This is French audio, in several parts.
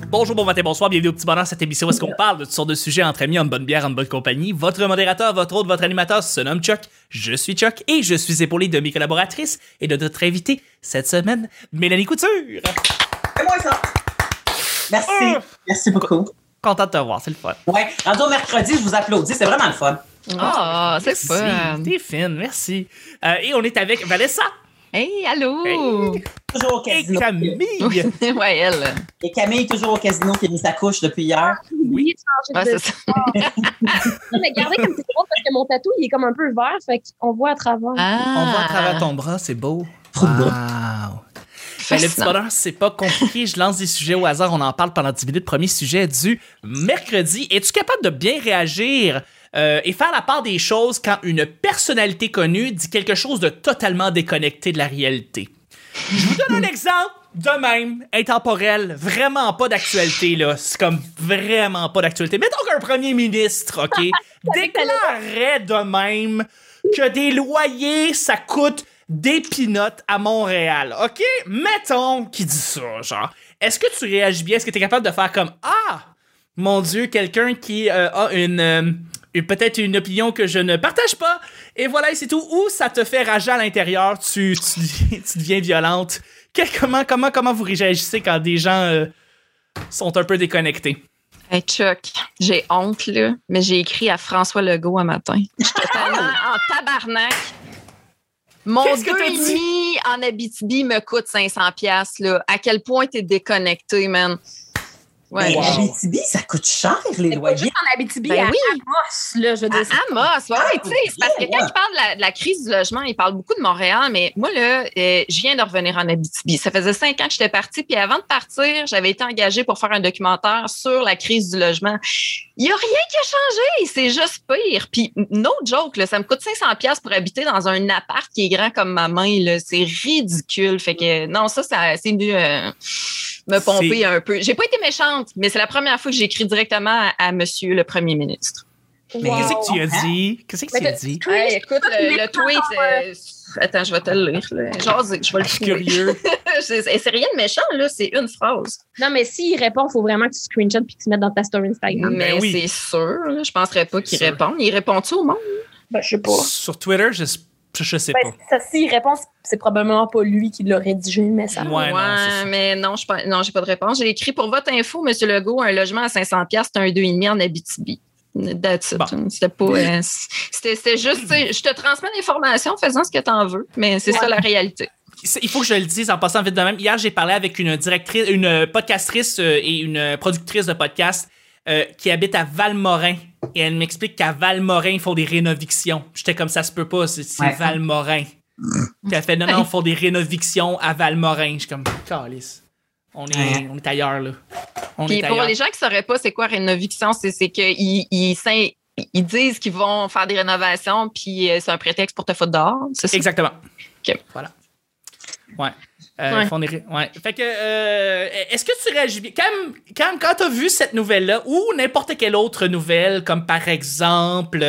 Bonjour, bon matin, bonsoir, bienvenue au Petit Bonheur, cette émission où est-ce qu'on parle de toutes sortes de sujets entre amis, en bonne bière, en bonne compagnie. Votre modérateur, votre hôte, votre animateur se nomme Chuck, je suis Chuck et je suis épaulé de mes collaboratrices et de notre invitée cette semaine, Mélanie Couture. C'est moi ça. Merci, merci beaucoup. Content de te voir, c'est le fun. Ouais, rendu au mercredi, je vous applaudis, c'est vraiment le fun. Ah, c'est fun. T'es fine, merci. Et on est avec Vanessa. Hey, allô! Hey. Toujours au Et casino. Camille. Ouais, elle. Et Camille, toujours au casino, qui a mis sa couche depuis hier. Oui. Ouais, c'est ça. Non, mais regardez comme c'est drôle parce que mon tatou, il est comme un peu vert, fait qu'on voit à travers. On voit à travers ton bras, c'est beau. Trop beau. Wow. Ben, le Petit Bonheur, c'est pas compliqué. Je lance des sujets au hasard. On en parle pendant 10 minutes. Premier sujet du mercredi. Es-tu capable de bien réagir et faire la part des choses quand une personnalité connue dit quelque chose de totalement déconnecté de la réalité? Je vous donne un exemple de même, intemporel, vraiment pas d'actualité, là. C'est comme vraiment pas d'actualité. Mettons qu'un premier ministre, OK, déclarerait de même que des loyers, ça coûte des pinottes à Montréal, OK? Mettons qu'il dit ça, genre. Est-ce que tu réagis bien? Est-ce que tu es capable de faire comme « Ah! Mon Dieu, quelqu'un qui a peut-être une opinion que je ne partage pas, et voilà, et c'est tout. » Ou ça te fait rager à l'intérieur, tu deviens violente. Comment vous réagissez quand des gens sont un peu déconnectés? Hey, Chuck, j'ai honte, là, mais j'ai écrit à François Legault un matin. J'étais tellement en tabarnak. Mon Qu'est-ce que t'as 2,5 en Abitibi me coûte 500$, là. À quel point t'es déconnecté, man? Ouais. Mais Wow. Abitibi, ça coûte cher, les Pas loyers. juste en Abitibi, Ben à oui. Amos, là, je veux dire. À Amos, ouais, tu sais, c'est parce que quand il parle de la crise du logement, il parle beaucoup de Montréal, mais moi, là, je viens de revenir en Abitibi. Ça faisait 5 ans que j'étais partie, puis avant de partir, j'avais été engagée pour faire un documentaire sur la crise du logement. Il n'y a rien qui a changé, c'est juste pire. Puis, no joke, là, ça me coûte 500$ pour habiter dans un appart qui est grand comme ma main, là. C'est ridicule. Fait que, non, ça c'est mieux me pomper un peu. J'ai pas été méchante, mais c'est la première fois que j'écris directement à monsieur le premier ministre. Mais Qu'est-ce que tu as dit? Qu'est-ce que tu as dit? Hey, écoute, le tweet... attends, je vais te le lire. Là. Genre, je vais le Je suis trouver. curieux. c'est rien de méchant, là. C'est une phrase. Non, mais s'il répond, il faut vraiment que tu screenshots puis que tu mettes dans ta story Instagram. Mais oui. c'est sûr. Là, je penserais pas qu'il Sûr. réponde. Il répond-tu au monde? Ben, je sais pas. Sur Twitter, je sais Ben, pas. s'il répond, c'est probablement pas lui qui l'a rédigé le message. Ouais, non, c'est ça. mais non, j'ai pas de réponse. J'ai écrit pour votre info, M. Legault, un logement à 500$, c'est un 2,5 en Abitibi. That's it. Bon. C'était pas. C'était juste, tu sais, je te transmets l'information faisant ce que t'en veux, mais c'est ça la réalité. Il faut que je le dise en passant vite de même. Hier, j'ai parlé avec une podcastrice et une productrice de podcast qui habite à Valmorin. Et elle m'explique qu'à Valmorin, ils font des rénovictions. J'étais comme ça se peut pas, c'est Ouais. Valmorin. Puis elle fait non, ils font des rénovictions à Valmorin. Je suis comme, calice. On est ailleurs, là. Puis pour les gens qui ne sauraient pas c'est quoi rénoviction, c'est qu'ils ils disent qu'ils vont faire des rénovations, puis c'est un prétexte pour te foutre dehors. C'est ça? Exactement. OK. Voilà. Ouais. Ouais. Ils font ouais. Fait que, est-ce que tu réagis bien? Quand tu as vu cette nouvelle-là, ou n'importe quelle autre nouvelle, comme par exemple,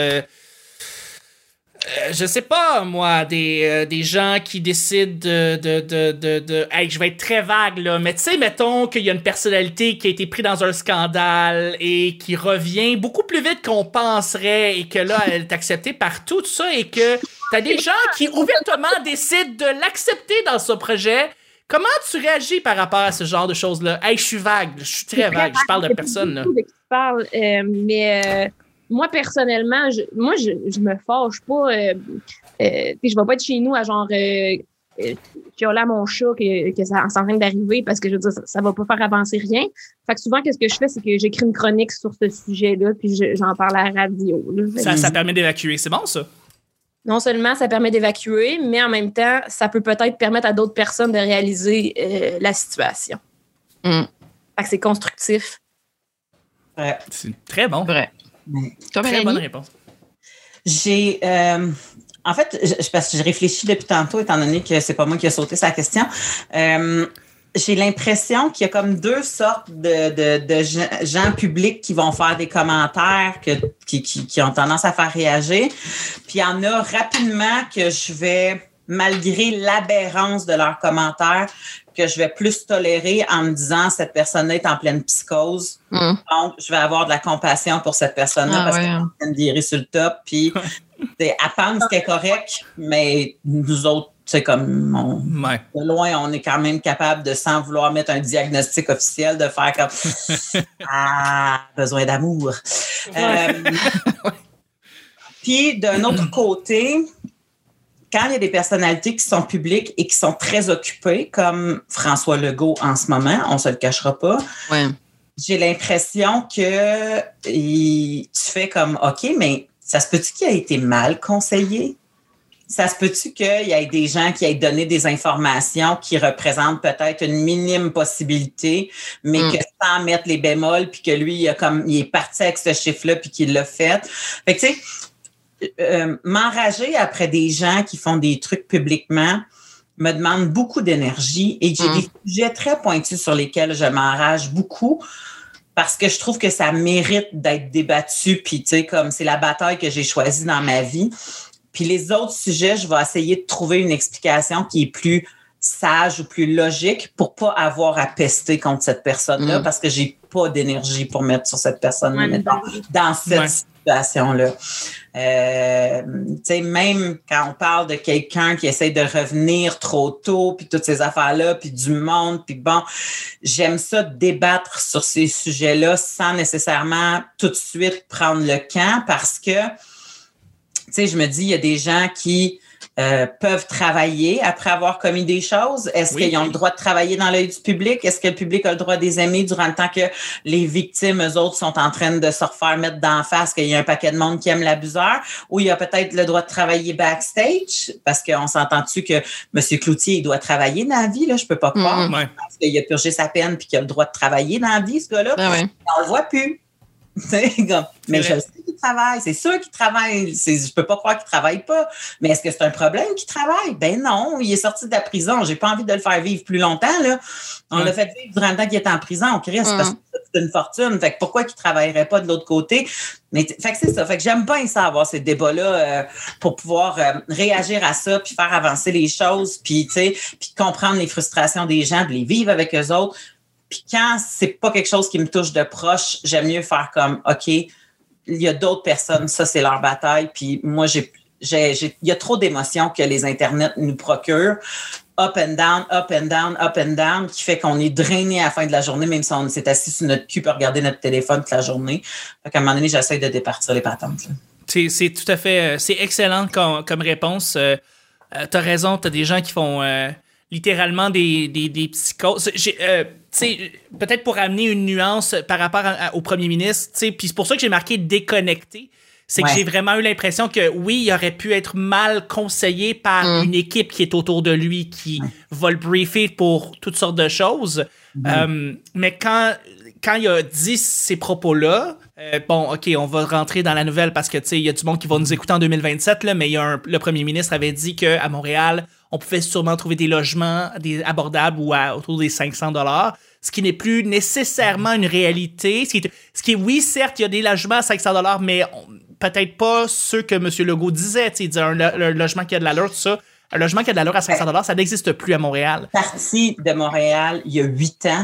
je sais pas, moi, des gens qui décident de hey, je vais être très vague, là, mais tu sais, mettons qu'il y a une personnalité qui a été prise dans un scandale et qui revient beaucoup plus vite qu'on penserait et que là, elle est acceptée par tout ça et que t'as des gens qui ouvertement décident de l'accepter dans ce projet. Comment tu réagis par rapport à ce genre de choses-là? Hey, je suis vague, je suis très vague, je parle de personne, là. De qui tu parles, mais moi, personnellement, je me fâche pas. Je vais pas être chez nous à genre chialer à mon chat que ça c'est en train d'arriver parce que je veux dire, ça va pas faire avancer rien. Fait que souvent, qu'est-ce que je fais, c'est que j'écris une chronique sur ce sujet-là, puis j'en parle à la radio. Là. Ça permet d'évacuer, c'est bon, ça? Non seulement ça permet d'évacuer, mais en même temps, ça peut peut-être permettre à d'autres personnes de réaliser la situation. Mm. Fait que c'est constructif. Ouais. C'est très bon. Vrai. Mais Toi, Très Mélanie? bonne réponse. J'ai... en fait, parce que je réfléchis depuis tantôt, étant donné que c'est pas moi qui ai sauté sa question. J'ai l'impression qu'il y a comme deux sortes de gens publics qui vont faire des commentaires qui ont tendance à faire réagir. Puis il y en a rapidement que je vais, malgré l'aberrance de leurs commentaires, que je vais plus tolérer en me disant cette personne-là est en pleine psychose. Donc, je vais avoir de la compassion pour cette personne-là parce qu'elle est en train de virer sur le top. Puis, elle pense qu'elle est correcte, mais nous autres, c'est comme de loin, on est quand même capable de, sans vouloir mettre un diagnostic officiel, de faire comme besoin d'amour. Puis, d'un autre côté, quand il y a des personnalités qui sont publiques et qui sont très occupées, comme François Legault en ce moment, on ne se le cachera pas, j'ai l'impression que tu fais comme, OK, mais ça se peut-tu qu'il a été mal conseillé? Ça se peut-tu qu'il y ait des gens qui aient donné des informations qui représentent peut-être une minime possibilité, mais que sans mettre les bémols, puis que lui, il est parti avec ce chiffre-là, puis qu'il l'a fait. Fait que, tu sais, m'enrager après des gens qui font des trucs publiquement me demande beaucoup d'énergie et j'ai des sujets très pointus sur lesquels je m'enrage beaucoup parce que je trouve que ça mérite d'être débattu, puis tu sais, comme c'est la bataille que j'ai choisie dans ma vie. Puis les autres sujets, je vais essayer de trouver une explication qui est plus sage ou plus logique pour pas avoir à pester contre cette personne-là parce que j'ai pas d'énergie pour mettre sur cette personne-là dans cette situation-là. Tu sais, même quand on parle de quelqu'un qui essaie de revenir trop tôt, puis toutes ces affaires-là, puis du monde, puis bon, j'aime ça débattre sur ces sujets-là sans nécessairement tout de suite prendre le camp parce que tu sais, je me dis, il y a des gens qui peuvent travailler après avoir commis des choses. Est-ce qu'ils ont le droit de travailler dans l'œil du public? Est-ce que le public a le droit de les aimer durant le temps que les victimes, eux autres, sont en train de se refaire mettre d'en face qu'il y a un paquet de monde qui aime l'abuseur? Ou il y a peut-être le droit de travailler backstage? Parce qu'on s'entend-tu que M. Cloutier, il doit travailler dans la vie, là? Je peux pas croire. Parce qu'il a purgé sa peine puis qu'il a le droit de travailler dans la vie, ce gars-là. On le voit plus. Mais je sais qu'il travaille, c'est sûr qu'il travaille. Je peux pas croire qu'il travaille pas. Mais est-ce que c'est un problème qu'il travaille? Ben non, il est sorti de la prison. J'ai pas envie de le faire vivre plus longtemps. Là. On l'a fait vivre durant le temps qu'il était en prison. Christ, parce que c'est une fortune. Fait que pourquoi qu'il travaillerait pas de l'autre côté? Mais fait que c'est ça. Fait que j'aime bien ça, avoir ces débats-là pour pouvoir réagir à ça, puis faire avancer les choses, puis comprendre les frustrations des gens, puis les vivre avec eux autres. Puis quand c'est pas quelque chose qui me touche de proche, j'aime mieux faire comme, OK, il y a d'autres personnes, ça, c'est leur bataille. Puis moi, il y a trop d'émotions que les internets nous procurent. Up and down, up and down, up and down, qui fait qu'on est drainé à la fin de la journée, même si on s'est assis sur notre cul pour regarder notre téléphone toute la journée. Fait qu'à un moment donné, j'essaie de départir les patentes. C'est tout à fait... c'est excellent comme réponse. T'as raison, t'as des gens qui font... littéralement des psychoses. Peut-être pour amener une nuance par rapport au premier ministre, puis c'est pour ça que j'ai marqué déconnecté, c'est que j'ai vraiment eu l'impression que oui, il aurait pu être mal conseillé par une équipe qui est autour de lui, qui va le briefer pour toutes sortes de choses. Mais quand il a dit ces propos-là, bon, OK, on va rentrer dans la nouvelle parce que, tu sais, il y a du monde qui va nous écouter en 2027, là, mais le premier ministre avait dit qu'à Montréal, on pouvait sûrement trouver des logements abordables ou autour des 500 $, ce qui n'est plus nécessairement une réalité. Ce qui est, oui, certes, il y a des logements à 500 $, mais peut-être pas ceux que M. Legault disait. Il disait un logement qui a de l'allure, tout ça. Un logement qui a de l'allure à 500 $, ça n'existe plus à Montréal. Parti de Montréal il y a 8 ans,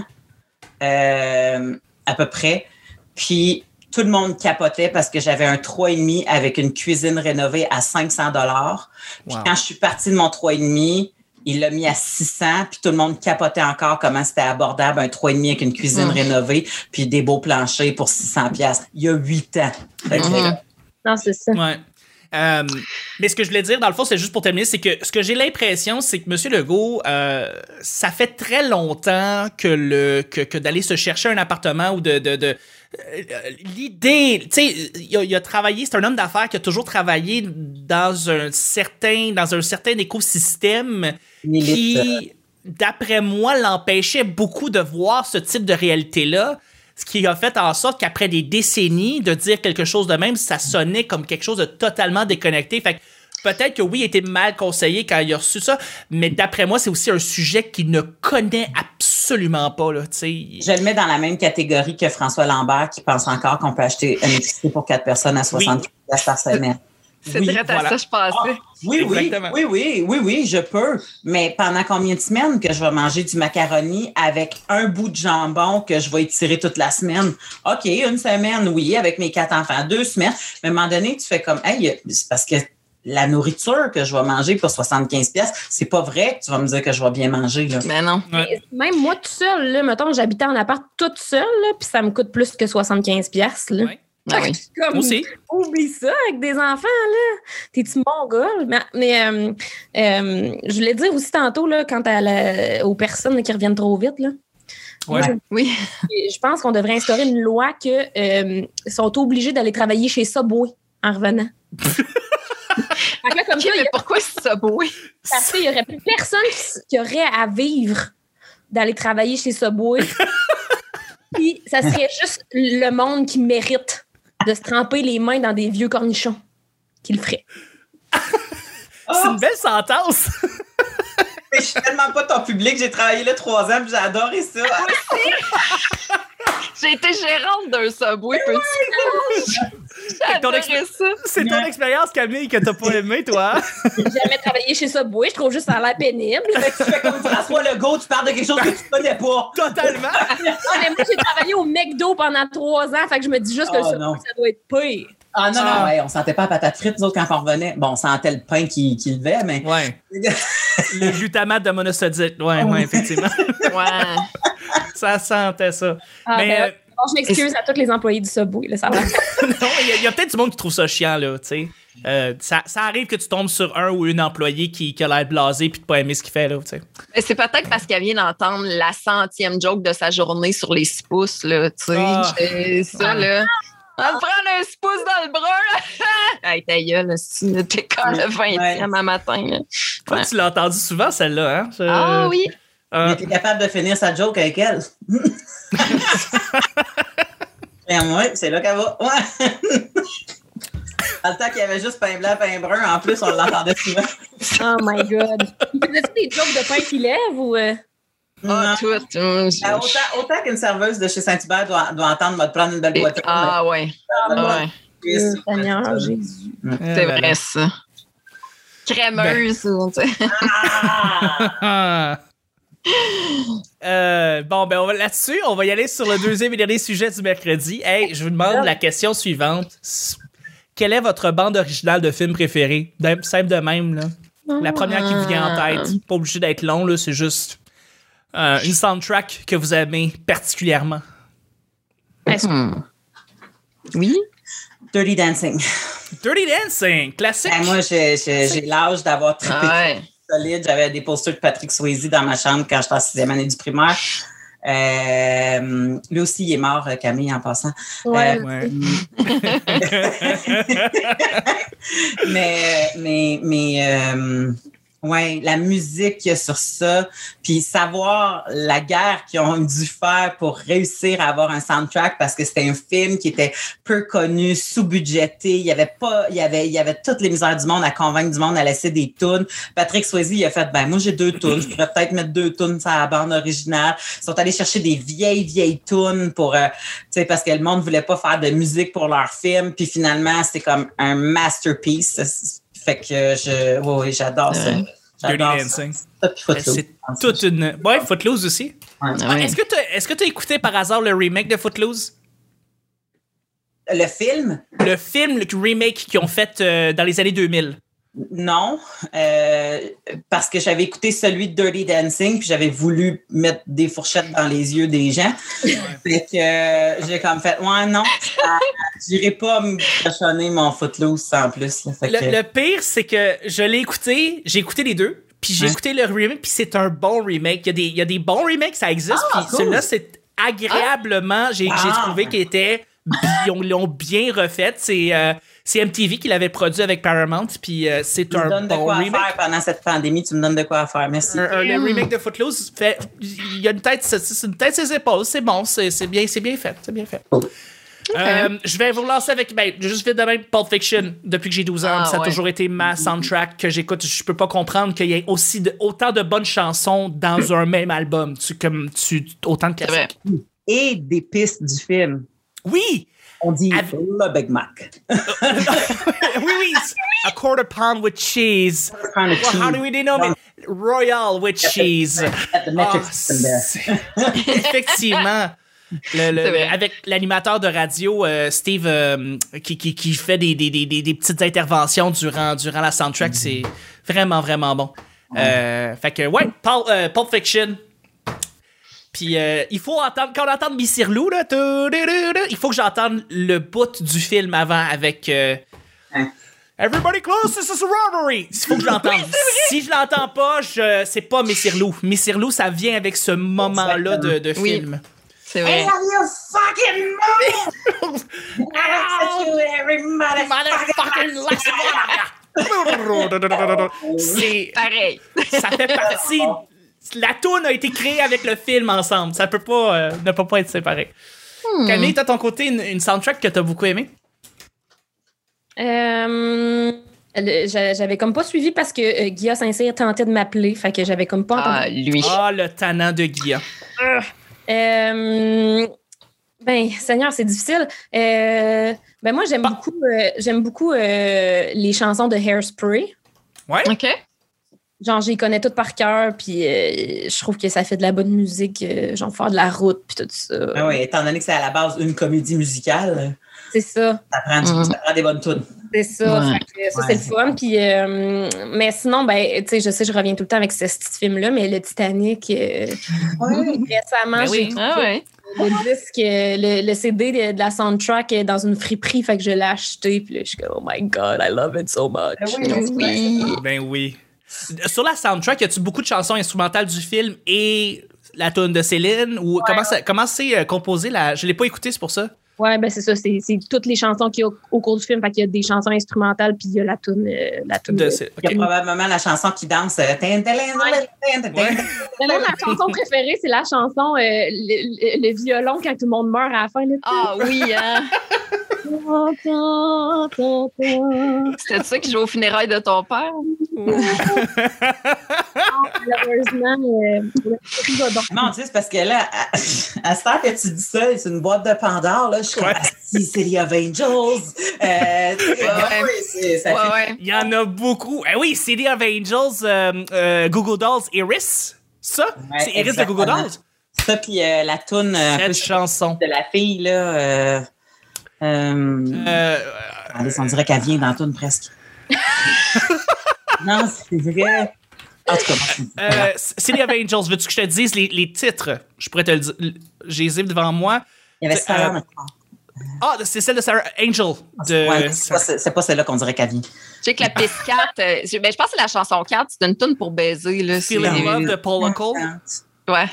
à peu près. Puis tout le monde capotait parce que j'avais un 3,5 avec une cuisine rénovée à 500 $. Puis quand je suis partie de mon 3,5, il l'a mis à 600, puis tout le monde capotait encore comment c'était abordable, un 3,5 avec une cuisine rénovée, puis des beaux planchers pour 600 $. Il y a 8 ans. Non, c'est ça. Ouais. Mais ce que je voulais dire, dans le fond, c'est juste pour terminer, c'est que ce que j'ai l'impression, c'est que M. Legault, ça fait très longtemps que d'aller se chercher un appartement ou l'idée, tu sais, il a travaillé, c'est un homme d'affaires qui a toujours travaillé dans un certain écosystème qui, d'après moi, l'empêchait beaucoup de voir ce type de réalité-là. Ce qui a fait en sorte qu'après des décennies, de dire quelque chose de même, ça sonnait comme quelque chose de totalement déconnecté. Fait que peut-être que oui, il était mal conseillé quand il a reçu ça, mais d'après moi, c'est aussi un sujet qu'il ne connaît absolument pas. Là, je le mets dans la même catégorie que François Lambert qui pense encore qu'on peut acheter un épicerie pour 4 personnes à 60 $ par semaine. C'est direct à ça, je pensais. Oui, je peux. Mais pendant combien de semaines que je vais manger du macaroni avec un bout de jambon que je vais étirer toute la semaine? OK, une semaine, oui, avec mes 4 enfants. 2 semaines. Mais à un moment donné, tu fais comme, hey, c'est parce que la nourriture que je vais manger pour 75$, c'est pas vrai que tu vas me dire que je vais bien manger, là. Mais non. Ouais. Même moi, toute seule, là, mettons, j'habitais en appart toute seule, là, puis ça me coûte plus que 75$, là. Ouais. Ah oui. Comme, Aussi. oublie ça avec des enfants, là. T'es-tu mongol? Mais je voulais dire aussi tantôt, là, quant aux personnes qui reviennent trop vite, là. Ouais. Oui. Je pense qu'on devrait instaurer une loi que sont obligés d'aller travailler chez Subway en revenant. Fait que là, comme ça, Mais pourquoi c'est ça, oui? parce qu'il n'y aurait plus personne qui aurait à vivre d'aller travailler chez Subway. Puis ça serait juste le monde qui mérite de se tremper les mains dans des vieux cornichons qui le ferait. C'est une belle sentence. Mais je suis tellement pas ton public. J'ai travaillé là 3 ans puis j'ai adoré ça. J'ai été gérante d'un Subway, petit. J'adorais ça. C'est ton expérience, Camille, que t'as pas aimé, toi. J'ai jamais travaillé chez Subway. Je trouve juste ça a l'air pénible. Tu fais comme François Legault, tu parles de quelque chose que tu connais pas. Totalement. Non, mais moi, j'ai travaillé au McDo pendant 3 ans. Fait que je me dis juste que le Subway, ça doit être pire. Ah non, ouais, on sentait pas la patate frite, nous autres, quand on revenait. Bon, on sentait le pain qui levait, mais... Ouais. Le glutamate de monosodique. Ouais, effectivement. Ouais. Ça sentait ça. Ah, mais bon, je m'excuse à tous les employés du Subway. Là, ça va. non, il y a peut-être du monde qui trouve ça chiant, là, tu sais. Ça arrive que tu tombes sur un ou une employée qui a l'air blasé puis de pas aimer ce qu'il fait, là, tu sais. C'est peut-être parce qu'elle vient d'entendre la 100e joke de sa journée sur les 6 pouces, là, tu sais. Ah. Ça, là. On va prendre un 6 pouces dans le bras, là. Hey, ta gueule, t'es comme le 20e à matin, là. Toi, tu l'as entendu souvent, celle-là, hein? Ah oui. Mais t'es capable de finir sa joke avec elle. Et moi, c'est là qu'elle va. Ouais. Dans le temps qu'il y avait juste pain blanc, pain brun, en plus, on l'entendait souvent. Oh my God. Faisais-tu des jokes de pain qui lève ou... Ah, tout. Autant qu'une serveuse de chez Saint-Hubert doit entendre mode prendre une belle boîte. Ah ouais. Ouais. Seigneur Jésus. C'est vrai, ça. Crémeuse, tu sais. Bon, ben là-dessus, on va y aller sur le deuxième et dernier sujet du mercredi. Hey, je vous demande la question suivante. Quelle est votre bande originale de film préférée? Simple de même, là. La première qui vous vient en tête. Pas obligé d'être long, là, c'est juste une soundtrack que vous aimez particulièrement. Oui? Dirty Dancing. Dirty Dancing, classique. Moi, j'ai l'âge d'avoir trippé solide. J'avais des posters de Patrick Swayze dans ma chambre quand j'étais en 6e année du primaire. Lui aussi, il est mort, Camille, en passant. Ouais. Ouais, la musique qu'il y a sur ça, puis savoir la guerre qu'ils ont dû faire pour réussir à avoir un soundtrack parce que c'était un film qui était peu connu, sous-budgété. Il y avait toutes les misères du monde à convaincre du monde à laisser des tunes. Patrick Swayze, il a fait, moi j'ai 2 tunes, je pourrais peut-être mettre 2 tunes sur la bande originale. Ils sont allés chercher des vieilles tunes pour, tu sais, parce que le monde voulait pas faire de musique pour leur film, puis finalement, c'est comme un masterpiece. Fait que j'adore ça. Dirty Dancing. C'est toute une... Ouais, Footloose aussi. Ouais. Est-ce que tu as écouté par hasard le remake de Footloose? Le film? Le film, le remake qu'ils ont fait dans les années 2000. Non, parce que j'avais écouté celui de Dirty Dancing puis j'avais voulu mettre des fourchettes dans les yeux des gens. Fait que j'ai comme fait, non, j'irai pas me cochonner mon Footloose en plus. Là. Le pire, c'est que je l'ai écouté, j'ai écouté les deux, puis j'ai écouté le remake, puis c'est un bon remake. Il y a des bons remakes, ça existe, puis celui-là, c'est agréablement, j'ai trouvé qu'il était... Ils l'ont bien refait. C'est MTV qui l'avait produit avec Paramount, puis c'est un bon remake. Faire pendant cette pandémie, tu me donnes de quoi faire, merci. Le remake de Footloose, il y a une tête, c'est une tête ses épaules, c'est bon, c'est bien fait, c'est bien fait. Okay. Je vais vous relancer avec, juste vite de même, Pulp Fiction. Depuis que j'ai 12 ans, ça a toujours été ma soundtrack que j'écoute. Je peux pas comprendre qu'il y ait autant de bonnes chansons dans un même album, autant de classiques. Et des pistes du film. Oui! On dit le Big Mac. oui. Quarter Pound with Cheese. Pound with Well, how cheese. do we dénommer? Royal with Cheese. The metric system there. Effectivement. vrai. Avec l'animateur de radio, Steve, qui fait des petites interventions durant la soundtrack, c'est vraiment, vraiment bon. Fait que, ouais, Pulp Fiction. Puis, il faut entendre, quand on entend Missy Lou, là, il faut que j'entende le bout du film avant avec Everybody close, this is a robbery. Il faut que je l'entende. Si je l'entends pas, c'est pas Missy Lou. Missy Lou, ça vient avec ce moment-là de film. C'est vrai. Hey, you fucking mother! Every motherfucking C'est Pareil. ça fait partie. La toune a été créée avec le film ensemble. Ça peut pas, ne peut pas être séparé. Camille, t'as ton côté une soundtrack que t'as beaucoup aimé? J'avais comme pas suivi parce que Guilla Saint-Cyr tentait de m'appeler, fait que j'avais comme pas entendu. Ah, lui. Ah, le tannant de Guilla. Ben, Seigneur, c'est difficile. Ben moi, j'aime beaucoup les chansons de Hairspray. Ouais? OK. Genre, j'y connais toutes par cœur, puis je trouve que ça fait de la bonne musique, genre faire de la route, puis tout ça. Ah oui, étant donné que c'est à la base une comédie musicale, C'est ça. ça prend des bonnes tunes. C'est ça. Ouais. Fait que ça, c'est le fun. Puis, mais sinon, ben, tu sais, je sais, je reviens tout le temps avec ce petit film-là, mais le Titanic, récemment, Ben oui. j'ai Ah ouais. le disque, le CD de la soundtrack dans une friperie, fait que je l'ai acheté, puis là, je suis comme, oh my God, I love it so much. Oui. Ben oui. Sur la soundtrack, y a-tu beaucoup de chansons instrumentales du film et la tune de Céline? Ou comment c'est composé? Je l'ai pas écouté, c'est pour ça. Ouais, ben c'est ça, c'est toutes les chansons qu'il y a au cours du film, fait qu'il y a des chansons instrumentales, puis il y a la tune. Il y a probablement la chanson qui danse. Ma chanson préférée, c'est la chanson le violon quand tout le monde meurt à la fin. Là. Ah oui, hein? C'était ça qui joue au funérailles de ton père? Malheureusement, Non, tu sais, c'est parce que là, à ce temps que tu dis ça, c'est une boîte de Pandore, là, je suis comme, City of Angels. Il y en a beaucoup. Eh oui, City of Angels, Google Dolls, Iris. Ça, c'est Iris de Google Dolls. Ça, puis la toune cette chanson de la fille, là. On dirait qu'elle vient dans la toune presque. Non, c'est vrai. En tout cas, City of Angels, veux-tu que je te dise les titres? Je pourrais te le dire. J'ai les ai devant moi. Il y avait Sarah c'est celle de Sarah Angel. C'est pas celle-là qu'on dirait qu'elle vient. Je sais que la piste 4, je pense que c'est la chanson 4, c'est une toune pour baiser. Là, Feeling Love de Paula Cole. Ouais.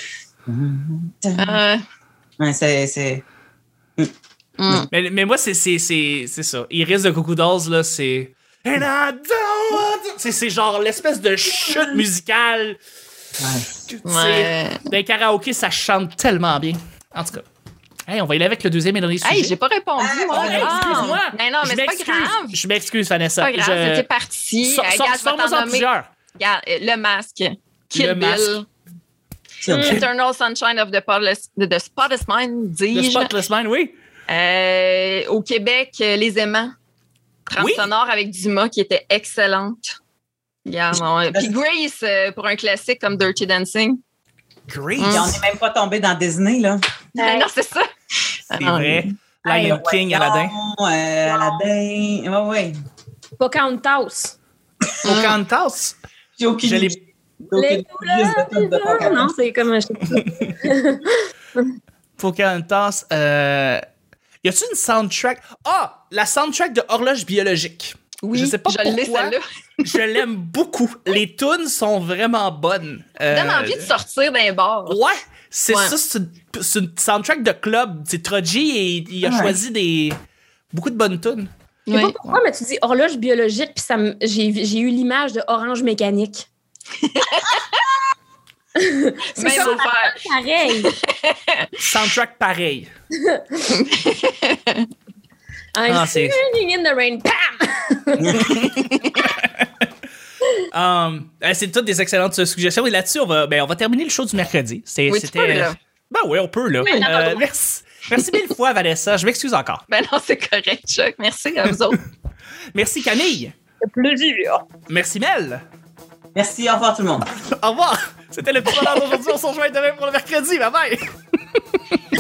Ouais, c'est... Mais moi, c'est ça. Iris de Google Dolls, là, c'est... And I don't want to... C'est genre l'espèce de chute musicale. Ouais. Dans les karaokés, ça chante tellement bien. En tout cas. Hey, on va y aller avec le deuxième et dernier sujet. Hey, j'ai pas répondu, moi. Excuse-moi. Non, mais c'est pas grave. Je m'excuse, Vanessa. C'est pas grave, c'était parti. Sors-moi-en plusieurs. Regarde, le masque. Kill Bill. Eternal Sunshine of the Spotless Mind, dis-je. The Spotless Mind, oui. Au Québec, Les Aimants. Trame sonore avec Dumas qui était excellente. Puis Grace pour un classique comme Dirty Dancing. Grace? On n'est même pas tombé dans Disney, là. Non, c'est ça. C'est vrai. Lion King, Aladdin. Aladdin, oui. Pocahontas. Pocahontas? J'ai aucune idée. Non, c'est comme un Pocahontas. Y a-tu une soundtrack? Ah! La soundtrack de Horloge biologique. Oui, je sais pas pourquoi. l'ai, celle-là. Je l'aime beaucoup. Les tunes sont vraiment bonnes. Ça donne envie de sortir d'un bar. Ouais! C'est ça, c'est une soundtrack de club. C'est Troji et il a choisi beaucoup de bonnes tunes. Je sais pas pourquoi, mais tu dis horloge biologique, puis j'ai eu l'image de Orange Mécanique. C'est comme pareil. Soundtrack pareil. I'm singing in the rain. Bam! C'est toutes des excellentes suggestions. Et là-dessus, on va terminer le show du mercredi. C'était... Ben oui, on peut, là. Merci mille fois, Vanessa. Je m'excuse encore. Ben non, c'est correct, Chuck. Merci à vous autres. Merci, Camille. plaisir. Merci, Mel. Merci, au revoir tout le monde. Au revoir. C'était le petit bonheur d'aujourd'hui. On se rejoint demain pour le mercredi. Bye bye.